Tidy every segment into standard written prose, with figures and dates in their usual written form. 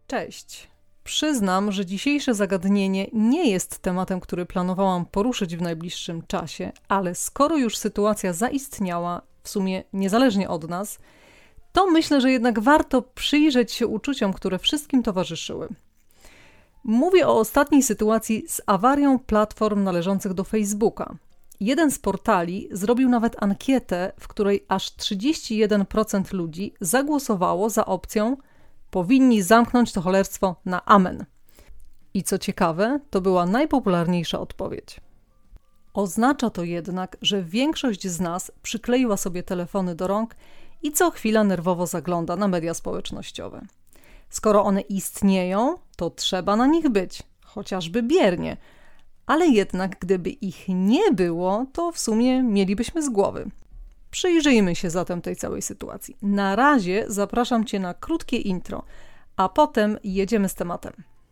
Cześć. Przyznam, że dzisiejsze zagadnienie nie jest tematem, który planowałam poruszyć w najbliższym czasie, ale skoro już sytuacja zaistniała, w sumie niezależnie od nas, to myślę, że jednak warto przyjrzeć się uczuciom, które wszystkim towarzyszyły. Mówię o ostatniej sytuacji z awarią platform należących do Facebooka. Jeden z portali zrobił nawet ankietę, w której aż 31% ludzi zagłosowało za opcją powinni zamknąć to cholerstwo na amen. I co ciekawe, to była najpopularniejsza odpowiedź. Oznacza to jednak, że większość z nas przykleiła sobie telefony do rąk i co chwila nerwowo zagląda na media społecznościowe. Skoro one istnieją, to trzeba na nich być, chociażby biernie. Ale jednak, gdyby ich nie było, to w sumie mielibyśmy z głowy. Przyjrzyjmy się zatem tej całej sytuacji. Na razie zapraszam Cię na krótkie intro, a potem jedziemy z tematem.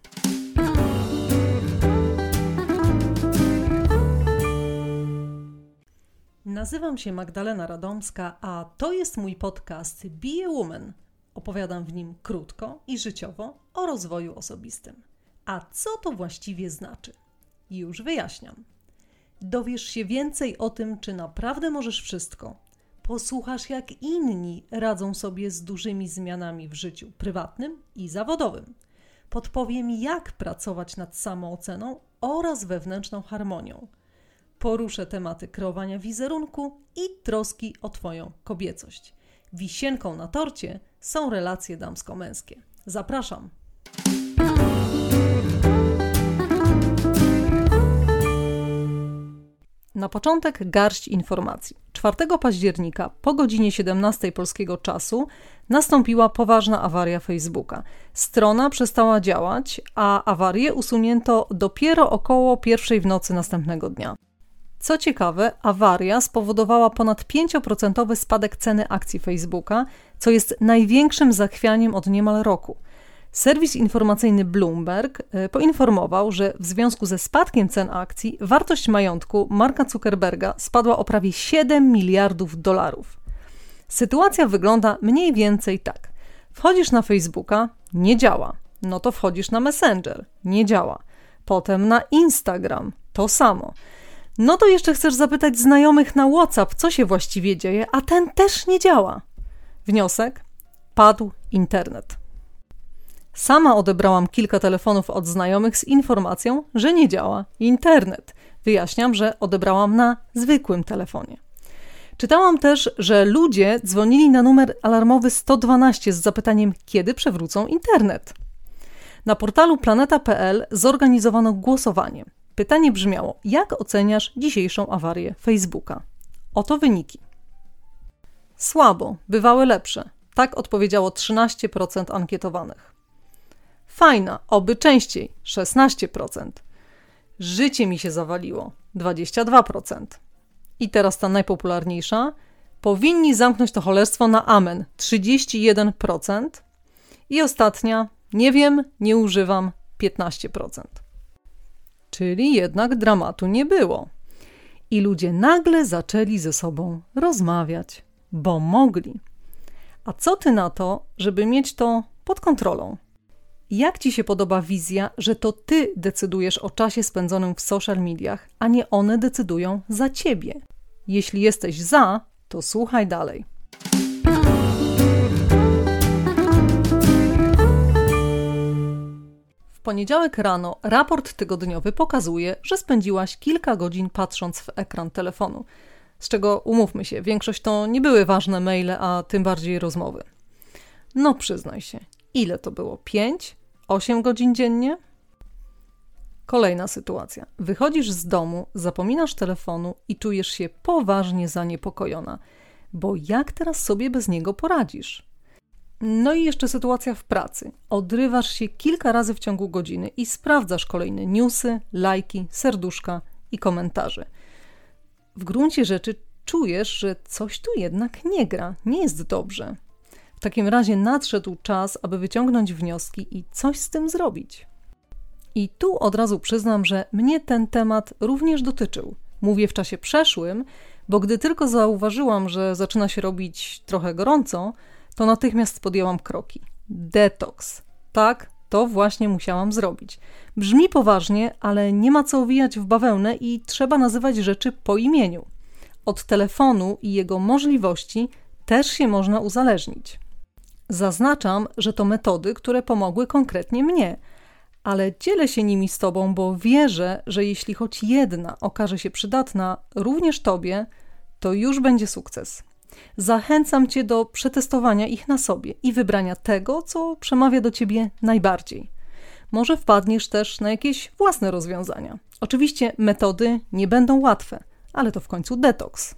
Nazywam się Magdalena Radomska, a to jest mój podcast Be a Woman. Opowiadam w nim krótko i życiowo o rozwoju osobistym. A co to właściwie znaczy? Już wyjaśniam. Dowiesz się więcej o tym, czy naprawdę możesz wszystko. Posłuchasz, jak inni radzą sobie z dużymi zmianami w życiu prywatnym i zawodowym. Podpowiem, jak pracować nad samooceną oraz wewnętrzną harmonią. Poruszę tematy kreowania wizerunku i troski o Twoją kobiecość. Wisienką na torcie są relacje damsko-męskie. Zapraszam! Na początek garść informacji. 4 października po godzinie 17 polskiego czasu nastąpiła poważna awaria Facebooka. Strona przestała działać, a awarię usunięto dopiero około 1:00 w nocy następnego dnia. Co ciekawe, awaria spowodowała ponad 5% spadek ceny akcji Facebooka, co jest największym zachwianiem od niemal roku. Serwis informacyjny Bloomberg poinformował, że w związku ze spadkiem cen akcji wartość majątku Marka Zuckerberga spadła o prawie $7 miliardów. Sytuacja wygląda mniej więcej tak. Wchodzisz na Facebooka, nie działa. No to wchodzisz na Messenger, nie działa. Potem na Instagram, to samo. No to jeszcze chcesz zapytać znajomych na WhatsApp, co się właściwie dzieje, a ten też nie działa. Wniosek? Padł internet. Sama odebrałam kilka telefonów od znajomych z informacją, że nie działa internet. Wyjaśniam, że odebrałam na zwykłym telefonie. Czytałam też, że ludzie dzwonili na numer alarmowy 112 z zapytaniem, kiedy przewrócą internet. Na portalu planeta.pl zorganizowano głosowanie. Pytanie brzmiało, jak oceniasz dzisiejszą awarię Facebooka? Oto wyniki. Słabo, bywały lepsze. Tak odpowiedziało 13% ankietowanych. Fajna, oby częściej, 16%. Życie mi się zawaliło, 22%. I teraz ta najpopularniejsza. Powinni zamknąć to cholerstwo na amen, 31%. I ostatnia, nie wiem, nie używam, 15%. Czyli jednak dramatu nie było. I ludzie nagle zaczęli ze sobą rozmawiać, bo mogli. A co ty na to, żeby mieć to pod kontrolą? Jak ci się podoba wizja, że to ty decydujesz o czasie spędzonym w social mediach, a nie one decydują za ciebie? Jeśli jesteś za, to słuchaj dalej. W poniedziałek rano raport tygodniowy pokazuje, że spędziłaś kilka godzin patrząc w ekran telefonu. Z czego, umówmy się, większość to nie były ważne maile, a tym bardziej rozmowy. No przyznaj się, ile to było? 5? 8 godzin dziennie? Kolejna sytuacja. Wychodzisz z domu, zapominasz telefonu i czujesz się poważnie zaniepokojona, bo jak teraz sobie bez niego poradzisz? No i jeszcze sytuacja w pracy. Odrywasz się kilka razy w ciągu godziny i sprawdzasz kolejne newsy, lajki, serduszka i komentarze. W gruncie rzeczy czujesz, że coś tu jednak nie gra, nie jest dobrze. W takim razie nadszedł czas, aby wyciągnąć wnioski i coś z tym zrobić. I tu od razu przyznam, że mnie ten temat również dotyczył. Mówię w czasie przeszłym, bo gdy tylko zauważyłam, że zaczyna się robić trochę gorąco, to natychmiast podjęłam kroki. Detoks. Tak, To właśnie musiałam zrobić. Brzmi poważnie, ale nie ma co owijać w bawełnę i trzeba nazywać rzeczy po imieniu. Od telefonu i jego możliwości też się można uzależnić. Zaznaczam, że to metody, które pomogły konkretnie mnie, ale dzielę się nimi z Tobą, bo wierzę, że jeśli choć jedna okaże się przydatna również Tobie, to już będzie sukces. Zachęcam Cię do przetestowania ich na sobie i wybrania tego, co przemawia do Ciebie najbardziej. Może wpadniesz też na jakieś własne rozwiązania. Oczywiście metody nie będą łatwe, ale to w końcu detoks.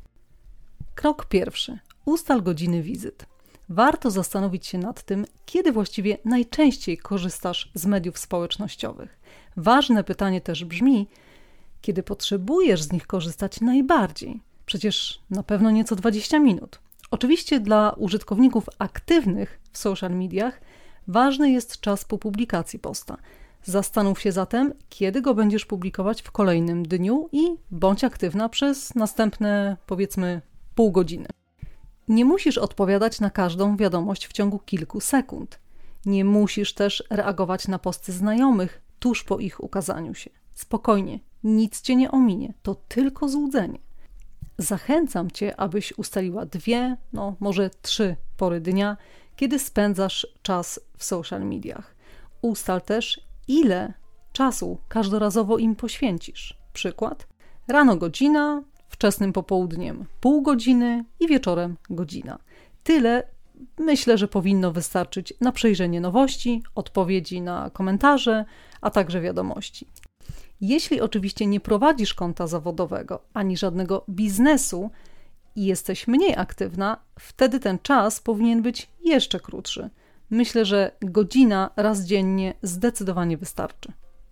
Krok pierwszy. Ustal godziny wizyt. Warto zastanowić się nad tym, kiedy właściwie najczęściej korzystasz z mediów społecznościowych. Ważne pytanie też brzmi, kiedy potrzebujesz z nich korzystać najbardziej. Przecież na pewno nie co 20 minut. Oczywiście dla użytkowników aktywnych w social mediach ważny jest czas po publikacji posta. Zastanów się zatem, kiedy go będziesz publikować w kolejnym dniu i bądź aktywna przez następne, powiedzmy, pół godziny. Nie musisz odpowiadać na każdą wiadomość w ciągu kilku sekund. Nie musisz też reagować na posty znajomych tuż po ich ukazaniu się. Spokojnie, nic Cię nie ominie, to tylko złudzenie. Zachęcam Cię, abyś ustaliła 2, może 3 pory dnia, kiedy spędzasz czas w social mediach. Ustal też, ile czasu każdorazowo im poświęcisz. Przykład: rano godzina, wczesnym popołudniem pół godziny i wieczorem godzina. Tyle myślę, że powinno wystarczyć na przejrzenie nowości, odpowiedzi na komentarze, a także wiadomości. Jeśli oczywiście nie prowadzisz konta zawodowego ani żadnego biznesu i jesteś mniej aktywna, wtedy ten czas powinien być jeszcze krótszy. Myślę, że godzina raz dziennie zdecydowanie wystarczy.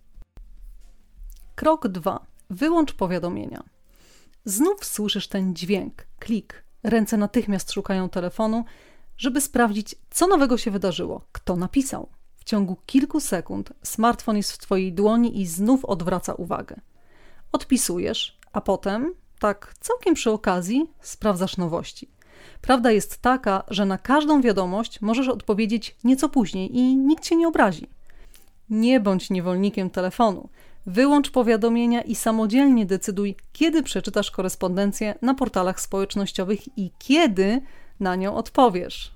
Krok 2. Wyłącz powiadomienia. Znów słyszysz ten dźwięk, klik. Ręce natychmiast szukają telefonu, żeby sprawdzić, co nowego się wydarzyło, kto napisał. W ciągu kilku sekund smartfon jest w Twojej dłoni i znów odwraca uwagę. Odpisujesz, a potem, tak całkiem przy okazji, sprawdzasz nowości. Prawda jest taka, że na każdą wiadomość możesz odpowiedzieć nieco później i nikt Cię nie obrazi. Nie bądź niewolnikiem telefonu. Wyłącz powiadomienia i samodzielnie decyduj, kiedy przeczytasz korespondencję na portalach społecznościowych i kiedy na nią odpowiesz.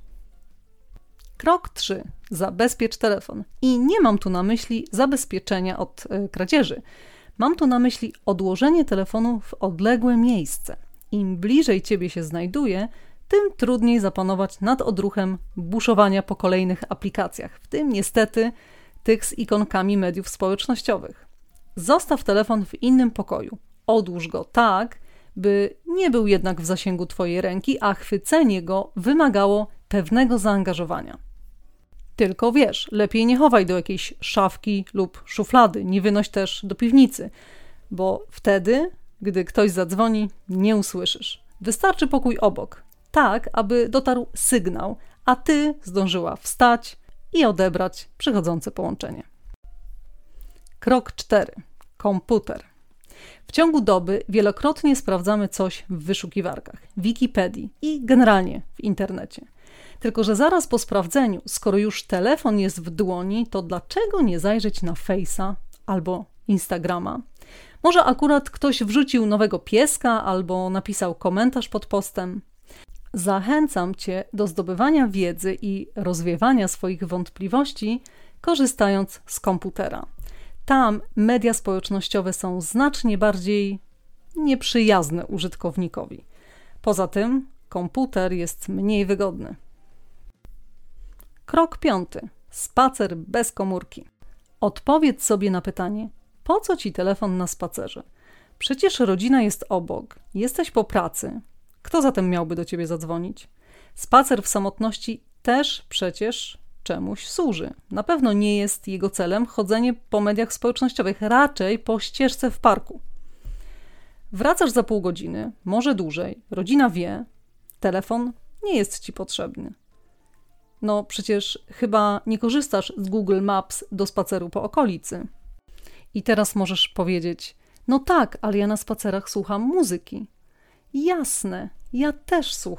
Krok 3. Zabezpiecz telefon. I nie mam tu na myśli zabezpieczenia od kradzieży. Mam tu na myśli odłożenie telefonu w odległe miejsce. Im bliżej Ciebie się znajduje, tym trudniej zapanować nad odruchem buszowania po kolejnych aplikacjach, w tym niestety tych z ikonkami mediów społecznościowych. Zostaw telefon w innym pokoju. Odłóż go tak, by nie był jednak w zasięgu Twojej ręki, a chwycenie go wymagało pewnego zaangażowania. Tylko wiesz, lepiej nie chowaj do jakiejś szafki lub szuflady, nie wynoś też do piwnicy, bo wtedy, gdy ktoś zadzwoni, nie usłyszysz. Wystarczy pokój obok, tak aby dotarł sygnał, a Ty zdążyła wstać i odebrać przychodzące połączenie. Krok 4. Komputer. W ciągu doby wielokrotnie sprawdzamy coś w wyszukiwarkach, Wikipedii i generalnie w internecie. Tylko że zaraz po sprawdzeniu, skoro już telefon jest w dłoni, to dlaczego nie zajrzeć na Face'a albo Instagrama? Może akurat ktoś wrzucił nowego pieska albo napisał komentarz pod postem. Zachęcam Cię do zdobywania wiedzy i rozwiewania swoich wątpliwości, korzystając z komputera. Tam media społecznościowe są znacznie bardziej nieprzyjazne użytkownikowi. Poza tym komputer jest mniej wygodny. Krok 5. Spacer bez komórki. Odpowiedz sobie na pytanie, po co Ci telefon na spacerze? Przecież rodzina jest obok, jesteś po pracy. Kto zatem miałby do Ciebie zadzwonić? Spacer w samotności też przecież czemuś służy. Na pewno nie jest jego celem chodzenie po mediach społecznościowych, raczej po ścieżce w parku. Wracasz za pół godziny, może dłużej, rodzina wie, telefon nie jest Ci potrzebny. No przecież chyba nie korzystasz z Google Maps do spaceru po okolicy. I teraz możesz powiedzieć, no tak, ale ja na spacerach słucham muzyki. Jasne, ja też słucham.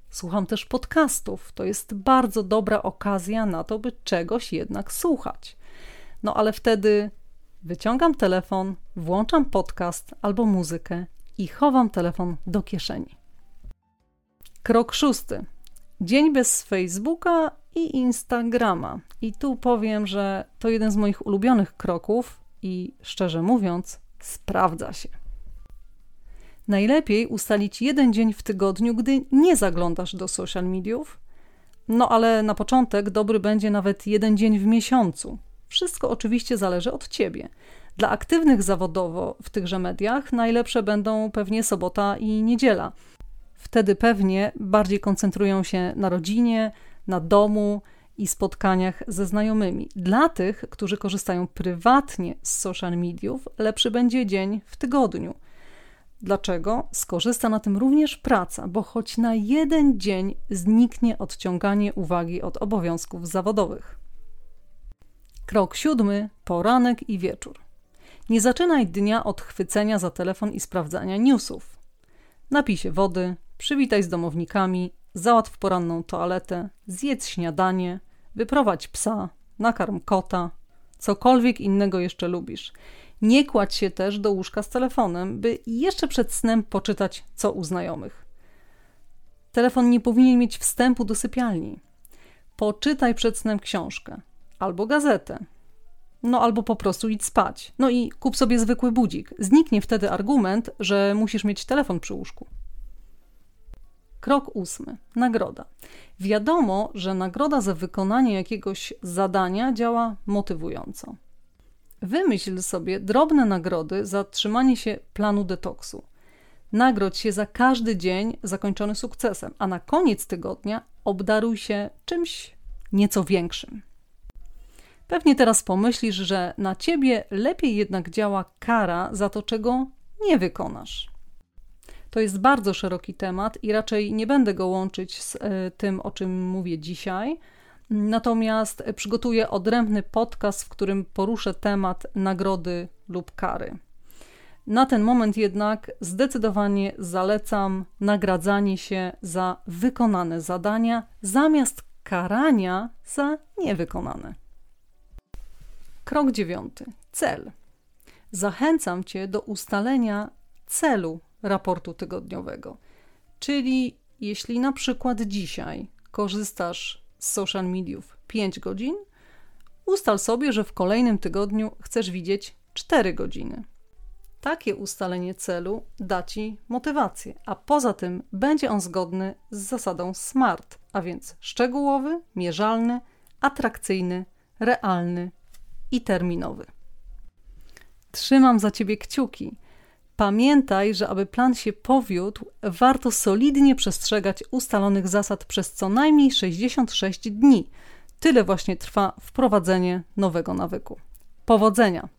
Słucham też podcastów. To jest bardzo dobra okazja na to, by czegoś jednak słuchać. No ale wtedy wyciągam telefon, włączam podcast albo muzykę i chowam telefon do kieszeni. Krok 6. Dzień bez Facebooka i Instagrama. I tu powiem, że to jeden z moich ulubionych kroków i szczerze mówiąc, sprawdza się. Najlepiej ustalić jeden dzień w tygodniu, gdy nie zaglądasz do social mediów. No ale na początek dobry będzie nawet jeden dzień w miesiącu. Wszystko oczywiście zależy od Ciebie. Dla aktywnych zawodowo w tychże mediach najlepsze będą pewnie sobota i niedziela. Wtedy pewnie bardziej koncentrują się na rodzinie, na domu i spotkaniach ze znajomymi. Dla tych, którzy korzystają prywatnie z social mediów, lepszy będzie dzień w tygodniu. Dlaczego? Skorzysta na tym również praca, bo choć na jeden dzień zniknie odciąganie uwagi od obowiązków zawodowych. Krok 7. Poranek i wieczór. Nie zaczynaj dnia od chwycenia za telefon i sprawdzania newsów. Napij się wody, przywitaj z domownikami, załatw poranną toaletę, zjedz śniadanie, wyprowadź psa, nakarm kota, cokolwiek innego jeszcze lubisz. Nie kładź się też do łóżka z telefonem, by jeszcze przed snem poczytać co u znajomych. Telefon nie powinien mieć wstępu do sypialni. Poczytaj przed snem książkę albo gazetę. No albo po prostu idź spać. No i kup sobie zwykły budzik. Zniknie wtedy argument, że musisz mieć telefon przy łóżku. Krok 8. Nagroda. Wiadomo, że nagroda za wykonanie jakiegoś zadania działa motywująco. Wymyśl sobie drobne nagrody za trzymanie się planu detoksu. Nagrodź się za każdy dzień zakończony sukcesem, a na koniec tygodnia obdaruj się czymś nieco większym. Pewnie teraz pomyślisz, że na ciebie lepiej jednak działa kara za to, czego nie wykonasz. To jest bardzo szeroki temat i raczej nie będę go łączyć z tym, o czym mówię dzisiaj. Natomiast przygotuję odrębny podcast, w którym poruszę temat nagrody lub kary. Na ten moment jednak zdecydowanie zalecam nagradzanie się za wykonane zadania zamiast karania za niewykonane. Krok 9. Cel. Zachęcam Cię do ustalenia celu raportu tygodniowego. Czyli jeśli na przykład dzisiaj korzystasz z social mediów 5 godzin, ustal sobie, że w kolejnym tygodniu chcesz widzieć 4 godziny. Takie ustalenie celu da Ci motywację, a poza tym będzie on zgodny z zasadą SMART, a więc szczegółowy, mierzalny, atrakcyjny, realny i terminowy. Trzymam za Ciebie kciuki. Pamiętaj, że aby plan się powiódł, warto solidnie przestrzegać ustalonych zasad przez co najmniej 66 dni. Tyle właśnie trwa wprowadzenie nowego nawyku. Powodzenia!